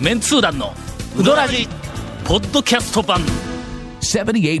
メンツー団のウドラジポッドキャスト版 78.6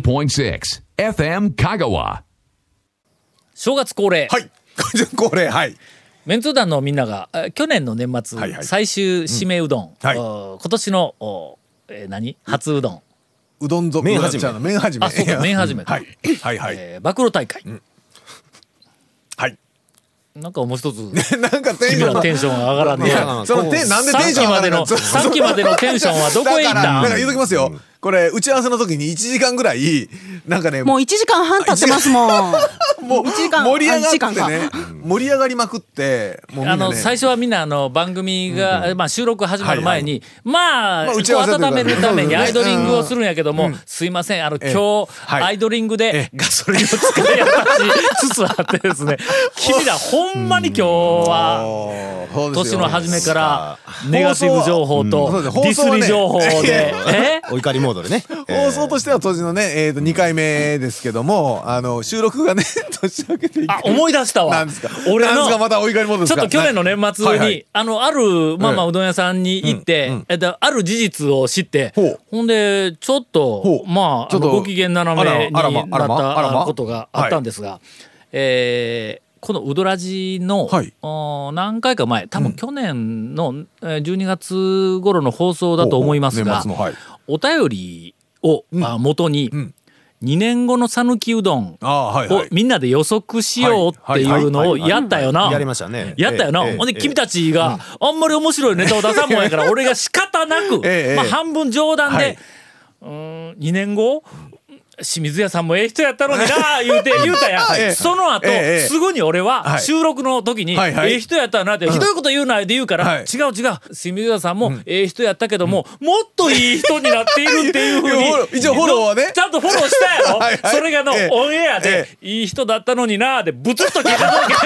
FM 香川。 正月恒例、 はい。これ、はい。 メンツー団のみんなが去年の年末、 はいはい最終締めうどん、 はい今年の初うどん、 うどんぞ、 麺始め麺始め。 あそうか麺始めか、 はい。はいはい。 暴露大会、 はい。 なんかもう一つなんかテンションが君らテンションが上がらんねそのなんでテンさっション上がきまでのらんのさっきまでのテンションはどこへ行ったんだから言うときますよ。これ打ち合わせの時に1時間ぐらいなんかね、 もう1時間半経ってますもん。 もう 1時間盛り上があ1時間かってね、盛り上がりまくってもうみんなね、 最初はみんな番組が、収録始まる前に、まあ、 打ち合わせというか温めるためにそうですねアイドリングをするんやけども、すいません今日、 はいアイドリングでガソリンを使い果たしつつあってですね君らほんまに今日は年の初めからネガティブ情報とそうですディスり情報で、 お怒りモードでね。 放送としては当時のね、2回目ですけども、収録がね年明けていく。 あ思い出したわなんですか。 俺のなんですか、またお怒りモードですか。 ちょっと去年の年末に、 はいはいあるまあまあうどん屋さんに行って、ある事実を知ってほんでちょっとほうまあちょっとご機嫌斜めになあらまあらったまことがあったんですが、このうどらじの、 はい何回か前多分去年の12月頃の放送だと思いますが、 年末のはいお便りを元に、2年後の讃岐うどんをはいはい。 みんなで予測しようっていうのをやったよな。 やりましたね。 やったよな。ほんで君たちがあんまり面白いネタを出さんもんやから俺が仕方なくまあ半分冗談で2年後清水屋さんもええ人やったのにな言うたやん。その後すぐに俺は収録の時にはいはいええ人やったなってひどいこと言うなって言うからはい違う清水屋さんもええ人やったけどももっといい人になっているっていうふういやに一応フォローはねちゃんとフォローしたやろ。 はいはいそれがええオンエアでいい人だったのになでブツッと切れた時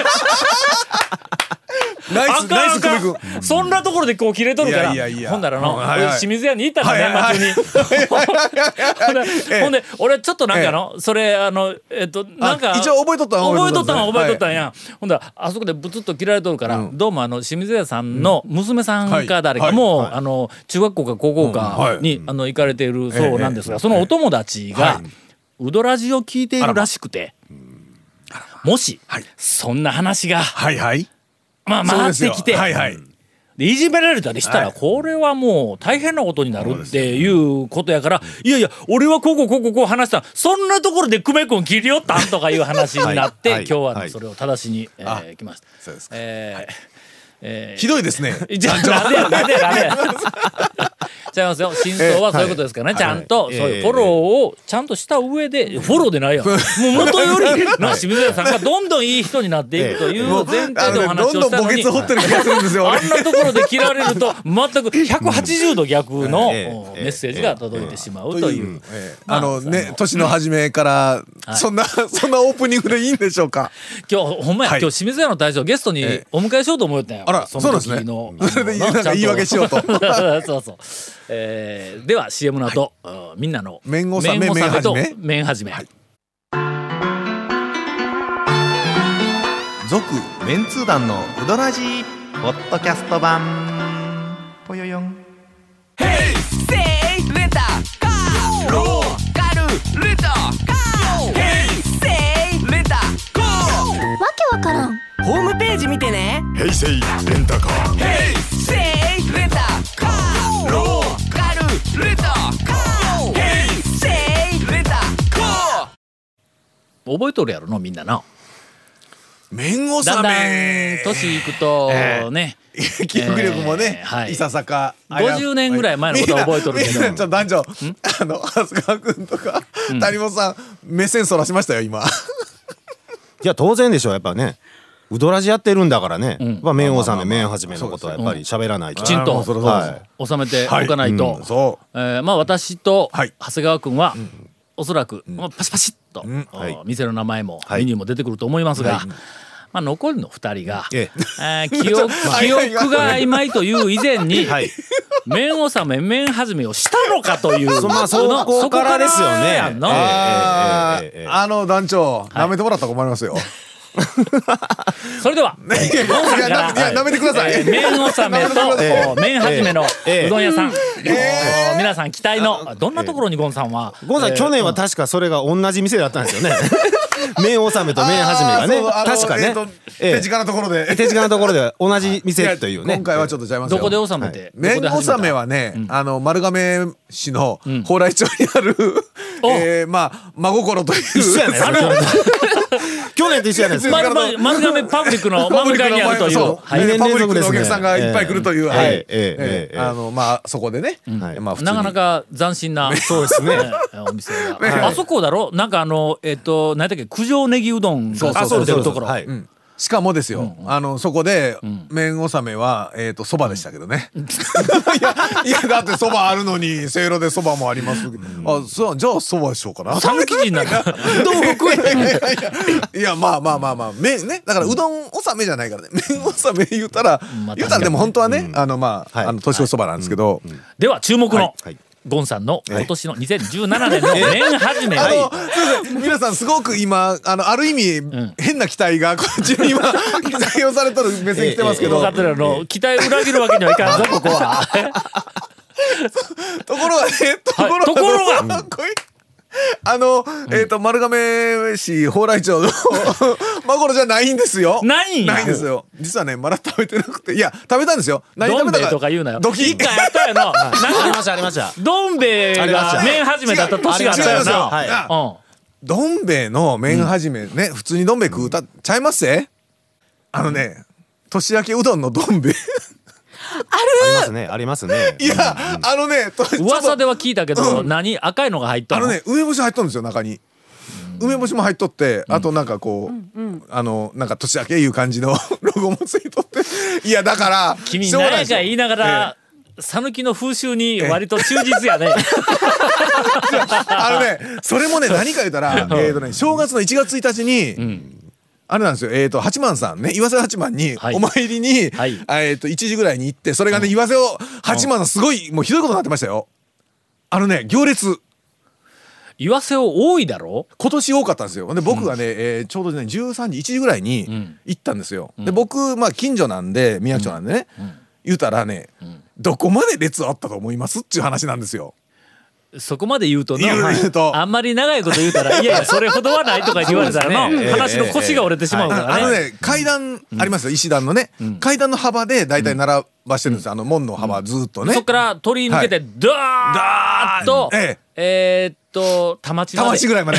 ナイスナイス久米君。 そんなところでこう切れとるからいやいやいやほんだらの、 はいはい俺清水屋に行ったの年末にほんで俺ちょっとなんかのそれなんか一応覚えとったの覚えとったんはいやん。ほんだらあそこでブツッと切られとるから、どうも清水屋さんの娘さんか誰かも、中学校か高校かに、行かれているそうなんですが、そのお友達が、うどらじを聞いているらしくて、もし、そんな話がはいはい。 まあそうですよ回ってきて、 はいはい。 でいじめられたりしたらこれはもう大変なことになるっていうことやから、いやいや俺はこう話したそんなところで久米君切りよったんとかいう話になってはい今日ははいそれを正しに来ました。 そうですか。 ひひどいですね。 じゃあなんでちゃいますよ。真相はそういうことですからね、ちゃんとそういうフォローをちゃんとした上でフォローでないよもう元より清水屋さんがどんどんいい人になっていくという前提のお話をしたのに、 どんどん墓穴掘ってる気がするんですよ。 あんなところで切られると全く180度逆のメッセージが届いてしまうという。 ね、年の初めからそんなオープニングでいいんでしょうか。 今日ほんまや、今日清水屋の大将ゲストにお迎えしようと思ったんや。 あら、そうなんですね。それでなんか言い訳しようと。 そうそう。では CM の後、みんなの麺納めと麺始め。 続メンツー団のウドラジーポッドキャスト版ぽよよん。 わけわからん。 ホームページ見てね。 ヘイセイレンタカー。 ヘイセイレンタカー。ローカルレンタカー。ヘイセイレンタカー。 覚えとるやろのみんなな。 麺納だんだんめ。 年いくとね、 記憶力もね、いささか 50年ぐらい前のことは覚えとるけど、 ちょっと団長、長谷川君とか谷本さん目線そらしましたよ今。 いや当然でしょやっぱね。うどらじやってるんだからね。麺納め麺始めのことはやっぱり喋らないと。 きちんとは収めておかないと。 そうまあ私とはい長谷川君はおそらくパシパシッと店の名前もメニューも出てくると思いますが、まあ残りの2人が記憶が曖昧という以前に麺納め麺始めをしたのかという、 まあそこからですよね。 団長舐めてもらったら困りますよ。 それでは、ゴンさんからいや舐めてください。 麺納めと麺始めのうどん屋さん、皆さん期待のどんなところにゴンさんは、 ゴンさん去年は確かそれが同じ店だったんですよね。麺納めと麺始めがね、確かね、 手近なところで同じ店というね。 今回はちょっとちゃいますよ。 どこで納めて、 麺納めはね、丸亀市の蓬莱町にあるまあ真心という一緒やね。去年と一緒やね。 丸亀パブリックの真向かいにあるという、 パブリックのお客さんがいっぱい来るという、まあそこでね、 なかなか斬新なそうですねお店が、あそこだろ、なんか何だっけ、九条ネギうどんが出てるところ。 しかもですよ、そこで麺納めはそばでしたけどね。いやだってそばあるのに、せいろでそばもあります。あ、そう、じゃあそばしようかな。 讃岐人なんだ。 いやまあ麺ね、だからうどん納めじゃないからね。麺納め言うたらでも本当はね、年越しそばなんですけど。 では注目のゴンさんの今年の2017年の麺始めは、 皆さんすごく今ある意味変な期待がこっちに今採用されとる目線来てますけど、 分かってるの、期待裏切るわけにはいかんぞここは。 ところが丸亀市蓬莱町のマゴロじゃないんですよ。ないんですよ。実はね、まだ食べてなくて、いや食べたんですよ。何食べたか。 どん兵衛とか言うなよ。 一回あったよな。 ありました。 どん兵衛が麺始めだった年があったよな。 どん兵衛の麺始めね、普通にどん兵衛食うたちゃいますぜ。年明けうどんのどん兵衛。 ありますね。 いや噂では聞いたけど、何赤いのが入ったの？ 梅干し入っとるんですよ、中に。梅干しも入っとって、あとなんかこうなんか年明けいう感じのロゴもついとって、いやだから君何やか言いながら讃岐の風習に割と忠実やね。 それもね、何か言うたら正月の1月1日にあれなんですよ、八幡さんね、岩瀬八幡にお参りに1時ぐらいに行って、それがね、岩瀬を八幡さんすごいもうひどいことになってましたよ。行列岩瀬を多いだろ。 今年多かったんですよ。で僕がね、ちょうどね13時1時ぐらいに行ったんですよ。で僕近所なんで、宮城町なんでね、言うたらね、どこまで列あったと思いますっていう話なんですよ。 そこまで言うとあんまり長いこと言うたら、いやいやそれほどはないとか言われたらの話の腰が折れてしまうからね。階段ありますよ、石段のね、階段の幅でだいたい並ばしてるんですよ、門の幅ずっとね。 そっから鳥居抜けてダーッと田町ぐらいまで。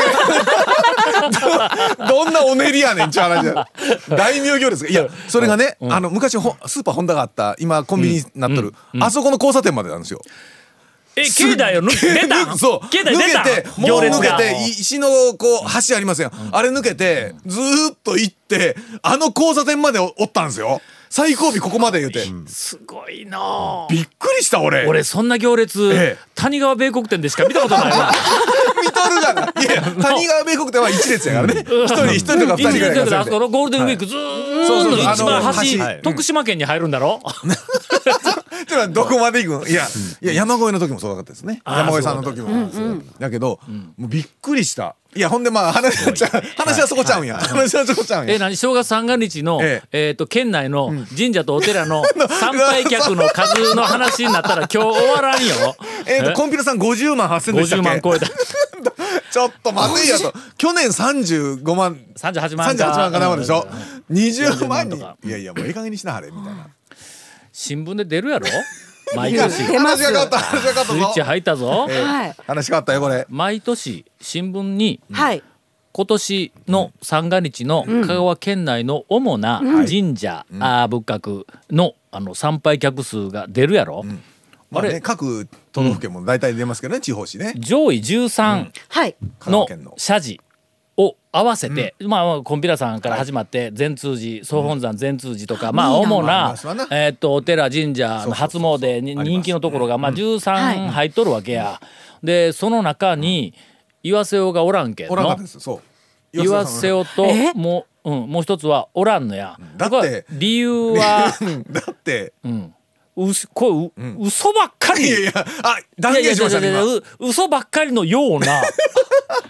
どんなお練りやねんちゅう話だ。大名行列が、いやそれがね、昔スーパーホンダがあった、今コンビニになっとるあそこの交差点までなんですよ。 境内を抜けた。 そう境内出た。 もう抜けて石のこう橋ありますよ、あれ抜けてずーっと行って交差点までおったんですよ。最後尾ここまで言うて、 すごいな。 びっくりした俺そんな行列、谷川米国店でしか見たことないわ。 見とるがな。いや谷川米国店は1列やからね。一人とか2人ぐらいが。 あそこのゴールデンウィークずーっと一番端、徳島県に入るんだろ。 どこまで行くの。いや山越えの時もそうだったですね。山越えさんの時もだけど、もうびっくりした。いやほんで話はそこちゃうんや。 何正月三が日の県内の神社とお寺の参拝客の数の話になったら今日終わらんよ。 コンピラさん50万8000でしたっけ。 50万超えた。 ちょっとまずいやと。去年35万 38万かなでしょ。20万人。いやもういい加減にしなはれみたいな。 新聞で出るやろ。毎年話が変わったスイッチ入ったぞ。 話変わったよこれ。 毎年新聞に今年の三が日の香川県内の主な神社仏閣の参拝客数が出るやろ。 あれ各都道府県も大体出ますけどね、地方紙ね。 上位13の社寺を合わせて、コンピラさんから始まって善通寺、総本山善通寺とか、主なお寺神社の初詣に人気のところが13入っとるわけや。でその中に岩瀬尾がおらんけんの。岩瀬尾ともう一つはおらんのや。 だって理由はだってこれ嘘ばっかり。 断言しましたね。 嘘ばっかりのような。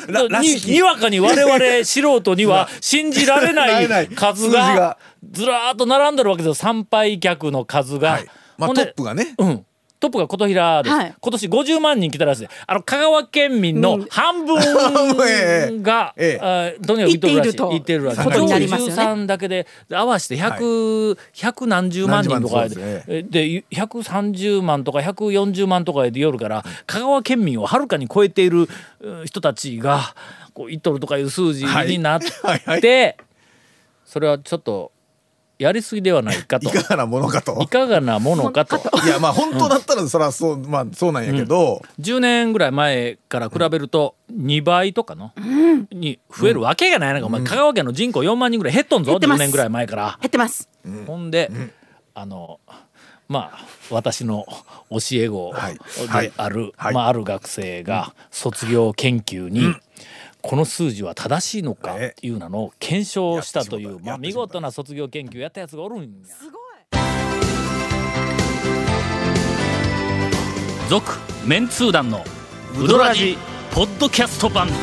にわかに我々素人には信じられない数がずらーっと並んでるわけですよ。参拝客の数が、 トップがね、 トップが琴平です、今年50万人来たらしい。香川県民の半分がとにかく行ってるらしい。13だけで合わせて100何十万人とかで130万とか140万とかで夜から香川県民をはるかに超えている人たちがこう行っとるとかいう数字になってそれはちょっとやりすぎではないかと。 いかがなものかと。 いやまあ本当だったらそれはそう、まあそうなんやけど、 10年ぐらい前から比べると2倍とかの、に増えるわけがないのか、お前香川県の人口4万人ぐらい減っとんぞ、10年ぐらい前から減ってます。 ほんで、まあ私の教え子である、ある学生が卒業研究に、この数字は正しいのかっていうのを検証したという、見事な卒業研究やったやつがおるんや。 すごい。 続メンツー団のウドラジポッドキャスト版。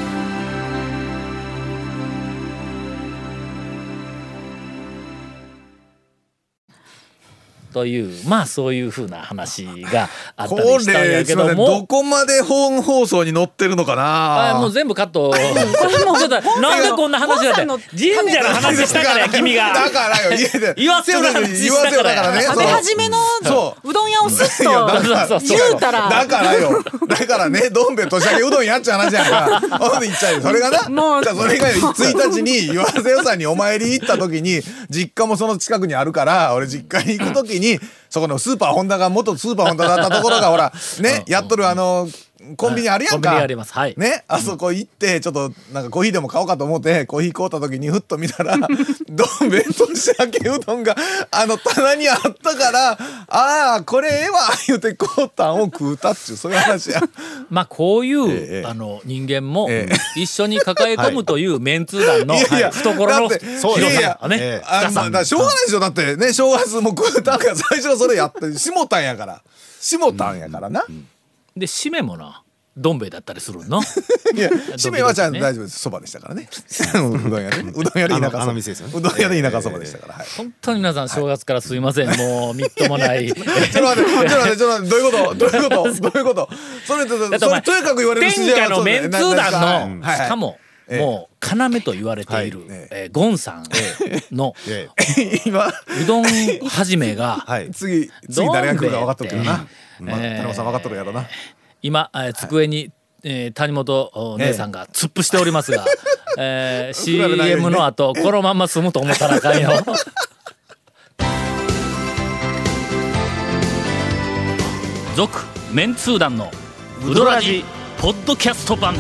というそういう風な話があったりしたんやけども、 どこまで本放送に載ってるのかな。 もう全部カット。なんでこんな話だって神社の話したからや君が。 だからよ、 言わせような話したからね。 食べ始めのうどん屋をスッと言うたら。 だからね、どん兵衛年明けうどんやっちゃう話やんか。ほんで言っちゃう。それがな、それが1日に岩瀬屋さんにお参り行った時に、実家もその近くにあるから、俺実家に行く時にそこのスーパーホンダが元スーパーホンダだったところがほらねやっとるコンビニあるやんか、ね、あそこ行ってちょっとなんかコーヒーでも買おうかと思ってコーヒー買うた時にふっと見たらどん兵衛年明けうどんが棚にあったからこれええわ言うて買うたんを食うたっちゅうそういう話や。 こういう人間も一緒に抱え込むというメンツー団の懐の広さがね。 しょうがないでしょ。だってね正月も食うたんが最初はそれやってしもたんやからな。 で締めもなどん兵衛だったりするの。 いや締めはちゃんと大丈夫です。そばでしたからね。うどん屋で田舎そば。うどん屋で田舎そばでしたから。 本当に皆さん正月からすいません、もうみっともない。 ちょっと待ってどういうこと。それとにかく言われる天下のメンツー団のしかももう要と言われているゴンさんのうどんはじめが次誰が来るか分かっとるけどな。谷本さん分かっとるやろな。 今机に谷本姉さんが突っ伏しておりますが、CM の後このまんま済むと思ったらあかんよ。続メンツー団のウドラジポッドキャスト版。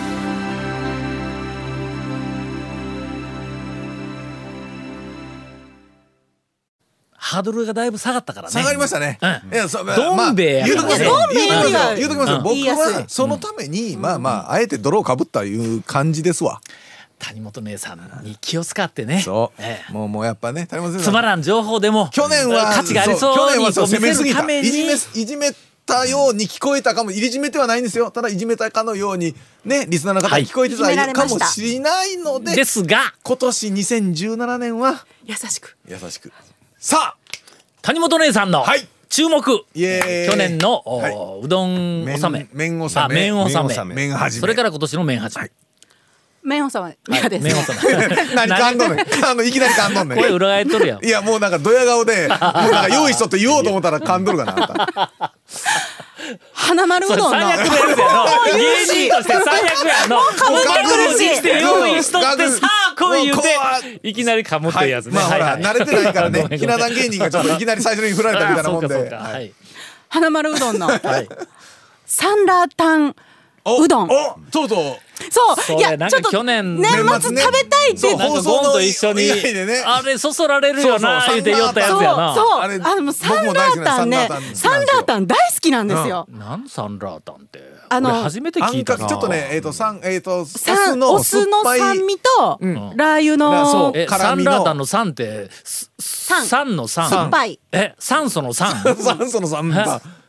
ハードルがだいぶ下がったからね。 下がりましたね。 どん兵衛やからね。 言うときますよ。僕はそのためにあえて泥をかぶったいう感じですわ。 谷本姉さんに気を使ってね。 もうやっぱね谷本先生つまらん情報でも去年は価値がありそうに見せるためにいじめたように聞こえたかも。いじめてはないんですよ。ただいじめたかのようにねリスナーの方に聞こえてたかもしれないので、 ですが今年2017年は優しくさあ谷本姉さんの注目、去年のうどん納め、 麺納め、麺始め、 それから今年の麺始め、 麺納めです。 麺納め。 何かんどんねん。いきなりかんどんねん。 これ裏返っとるやん。 いやもうなんかドヤ顔でなんか用意しとって言おうと思ったらかんどるかな。 花丸うどんの最悪のやつやの。芸人として最悪やの。覚悟して用意しとってさあ来い言うていきなりかむってやつね。 まあほら慣れてないからね。ひな壇芸人がちょっといきなり最初に振られたみたいなもんで。 花丸うどんのサンラータンうどん。そういやちょっと年末食べたいってなんかゴンと一緒にあれそそられるよな言うて言ったやつやな。 そうサンラータンね、サンラータン大好きなんですよ。 なんサンラータンって俺初めて聞いたな。 ちょっとねお酢の酸味とラー油のサンラータンの酸って酸の酸酸っぱい酸素の酸酸素の酸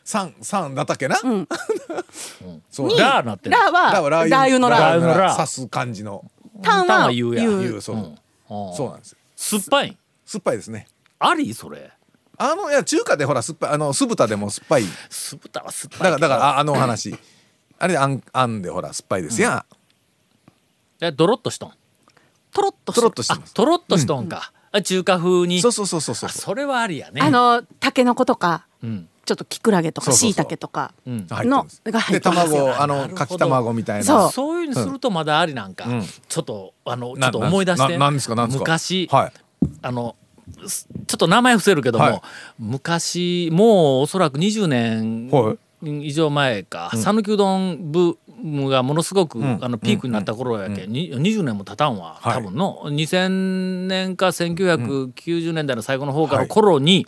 3だったっけな。 そうラーなってる。 ラはラー油のラー。 刺す感じの。 タンは言うや。 そうなんですよ。 酸っぱい。 酸っぱいですね。 ありそれ。 いや中華でほら酸っぱい酢豚でも酸っぱい。 酢豚は酸っぱい。 だからお話。あれあんでほら酸っぱいですや。 ドロッとしとん。 トロッとしてます。 トロッとしとんか。中華風に。 そう。 それはありやね。 タケノコとか。ちょっとキクラゲとかシイタケとかのが入ってますよ。 でかき卵みたいな。 そういうにするとまだありなんか。ちょっと思い出して。 何ですか。 昔ちょっと名前伏せるけども、昔もうおそらく20年以上前か、讃岐うどんブームがものすごくピークになった頃やけ、20年も経たんわ多分の2000年か1990年代の最後の方から頃に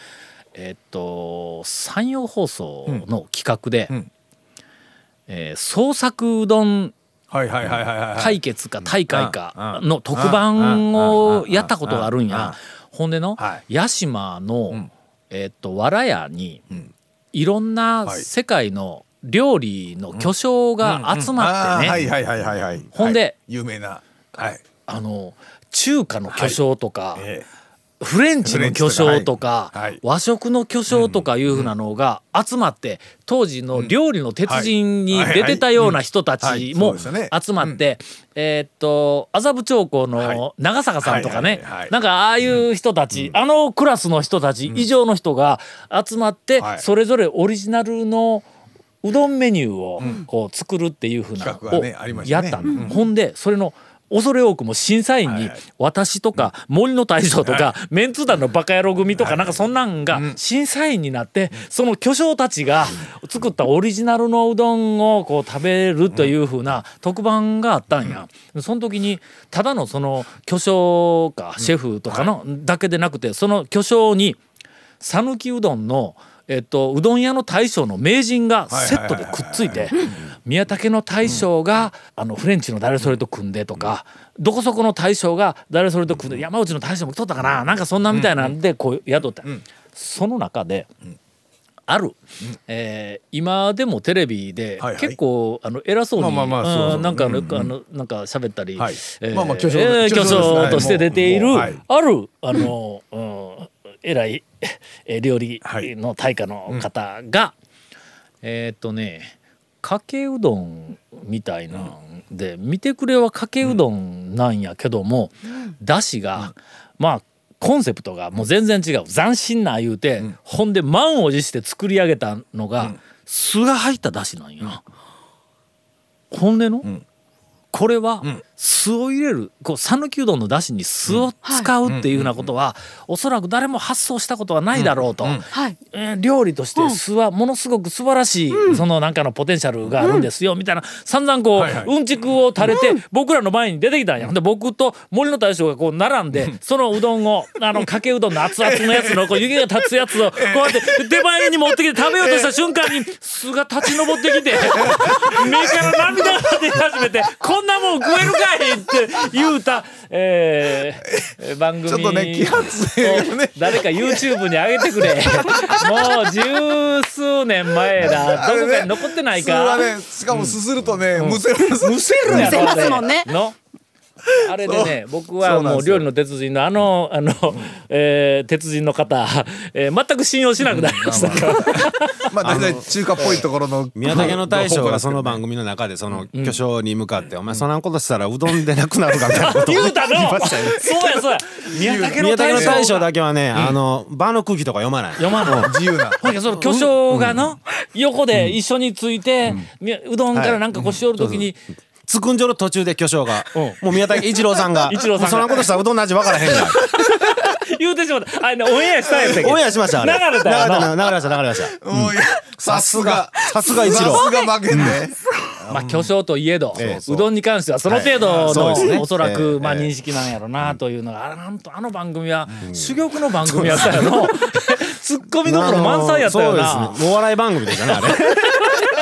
山陽放送の企画で創作うどん対決か大会かの特番をやったことがあるんや。ほんでの屋島のわら屋にいろんな世界の料理の巨匠が集まってね、ほんで有名な中華の巨匠とかフレンチの巨匠とか和食の巨匠とかいうふうなのが集まって当時の料理の鉄人に出てたような人たちも集まって麻布兆高の長坂さんとかね、なんかああいう人たちクラスの人たち以上の人が集まってそれぞれオリジナルのうどんメニューをこう作るっていうふうなをやったの。ほんでそれの恐れ多くも審査員に私とか森の大将とかメンツ団のバカ野郎組とかなんかそんなんが審査員になってその巨匠たちが作ったオリジナルのうどんをこう食べるという風な特番があったんや。その時にただのその巨匠かシェフとかのだけでなくてその巨匠に讃岐うどんのうどん屋の大将の名人がセットでくっついて宮武の大将がフレンチの誰それと組んでとかどこそこの大将が誰それと組んで山内の大将も来とったかななんかそんなみたいなんでこう雇った。その中である今でもテレビで結構偉そうになんか喋ったり巨匠として出ているある偉い料理の大家の方がかけうどんみたいなんで見てくれはかけうどんなんやけどもだしがまあコンセプトがもう全然違う斬新な言うてほんで満を持して作り上げたのが酢が入っただしなんや。ほんでのこれは酢を入れる讃岐うどんのだしに酢を使うっていうふうなことはおそらく誰も発想したことはないだろうと、料理として酢はものすごく素晴らしいそのなんかのポテンシャルがあるんですよみたいな散々こううんちくを垂れて僕らの前に出てきたんや。で僕と森の大将がこう並んでそのうどんをかけうどんの熱々のやつのこう湯気が立つやつをこうやって手前に持ってきて食べようとした瞬間に酢が立ち上ってきて目から涙が出始めてこんなもん食えるかいって言うた、番組をちょっとね気圧ね誰か YouTube に上げてくれもう十数年前だどこかに残ってないか。 しかもすするとねむせるやろますもんね。 あれでね僕はもう料理の鉄人の鉄人の方、全く信用しなくなりましたからまあ大体中華っぽいところの宮武の大将がその番組の中でその巨匠に向かって「お前そんなことしたらうどんでなくなるか」みたいなことを言うたのそうや宮武の大将だけはね場の空気とか読まない自由なその巨匠がの横で一緒についてうどんからなんかこうしおる時につくんじょる途中で巨匠がもう宮武一郎さんがそんなことしたらうどんの味分からへんが言うてしまったオンエアしたやつやけオンエアしました流れたよ流れましたさすが一郎負けんねまあ巨匠といえどうどんに関してはその程度のおそらくまあ認識なんやろなというのがあの番組は珠玉の番組やったよのツッコミどころ満載やったよな。 お笑い番組でしたねあれ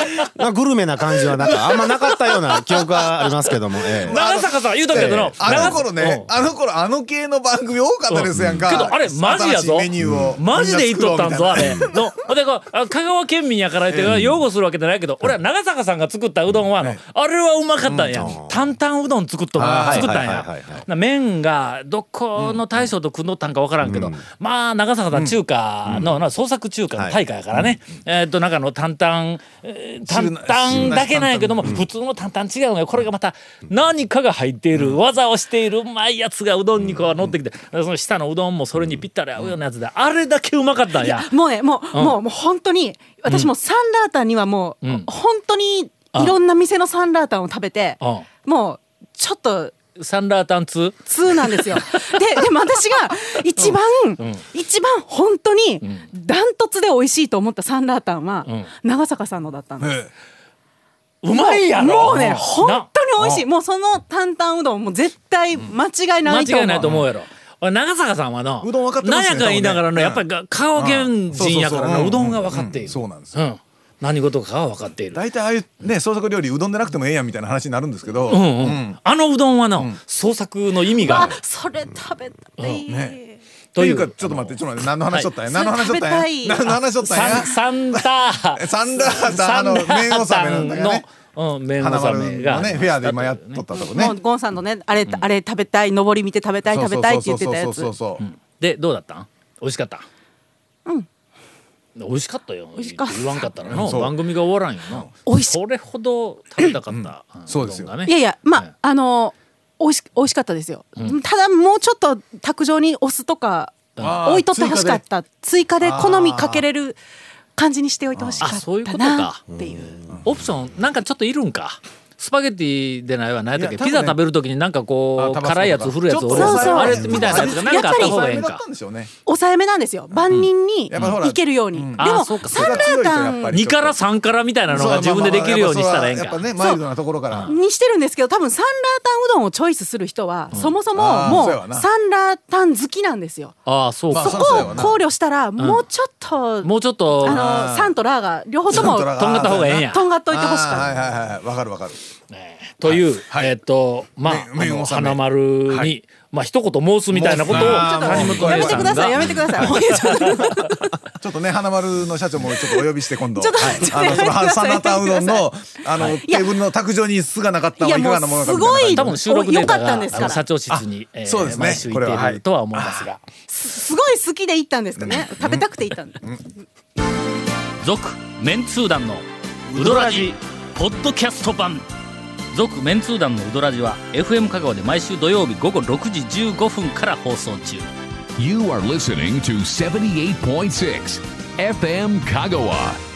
グルメな感じはなんかあんまなかったような記憶がありますけども、 長坂さん言うたけどの、 あの頃ね、あの系の番組多かったですやんか。 けどあれマジやぞ、マジで言っとったんぞあれの。で香川県民やから言って擁護するわけじゃないけど、俺は長坂さんが作ったうどんはあれはうまかったんや。担々うどん作ったんや。麺がどこの大将と組んどったんか分からんけど、まあ長坂さん中華の創作中華の大会やからね、中の担々だけなんやけども、普通の担々違うんや。これがまた何かが入っている、技をしているうまいやつがうどんにこう乗ってきて、その下のうどんもそれにぴったり合うようなやつで、あれだけうまかったんや。 もうね、もう本当に私もサンラータンにはもう本当にいろんな店のサンラータンを食べて、もうちょっとサンラータン2 なんですよ。でも私が一番本当にダントツで美味しいと思ったサンラータンは長坂さんのだったんです。 うまいやろ。 もうね本当に美味しい。もうその担々うどんも絶対間違いないと思う。 間違いないと思うやろ。長坂さんはの何やか言いながらのやっぱり香川県人やからのうどんが分かっている。 そうなんですよ。 何事かは分かっている。 大体ああいうね創作料理うどんでなくてもええやんみたいな話になるんですけど、 あのうどんはの創作の意味がある。 それ食べたい。 というかちょっと待って何の話しとったんや。何の話しとったんや。 サンラータン麺納めなんだよね。 麺納めがねフェアで今やっとったとこね。 もうゴンさんのねあれ食べたい、上り見て食べたいって言ってたやつ。 でどうだったん？美味しかった？美味しかったよ。言わんかったらの番組が終わらんよな。それほど食べたかった。 そうですよね。 いやまあ美味しかったですよ。ただもうちょっと卓上にお酢とか置いとってほしかった。追加で好みかけれる感じにしておいてほしかったなっていう。 オプションなんかちょっといるんか。スパゲッティでないわ、何やったっけ、ピザ食べるときになんかこう辛いやつ振るやつ、あれみたいなやつがなんかあった方がいいんか。 抑えめなんですよ、万人にいけるように。でもサンラータン 2から3からみたいなのが自分でできるようにしたらええんか。 やっぱねマイルドなところからにしてるんですけど、多分サンラータンうどんをチョイスする人はそもそももうサンラータン好きなんですよ。 そうか。 そこを考慮したらもうちょっとサンとラーが両方ともとんがった方がええんや。 とんがっといてほしかった。 はいわかるわかる。 というまあ花丸に一言申すみたいなことを谷本姉さんがやめてくださいちょっとね花丸の社長もちょっとお呼びして今度そのサンラータンうどんのテーブルの卓上に巣がなかったのはいかがなものかみたいな。 すごい多分収録データが社長室に毎週行っているとは思いますが、 すごい好きで行ったんですかね。食べたくて行ったんです。 続メンツー団のウドラジポッドキャスト版。続メンツー団のウドラジは FM 香川で毎週土曜日午後6時15分から放送中。 You are listening to 78.6 FM 香川。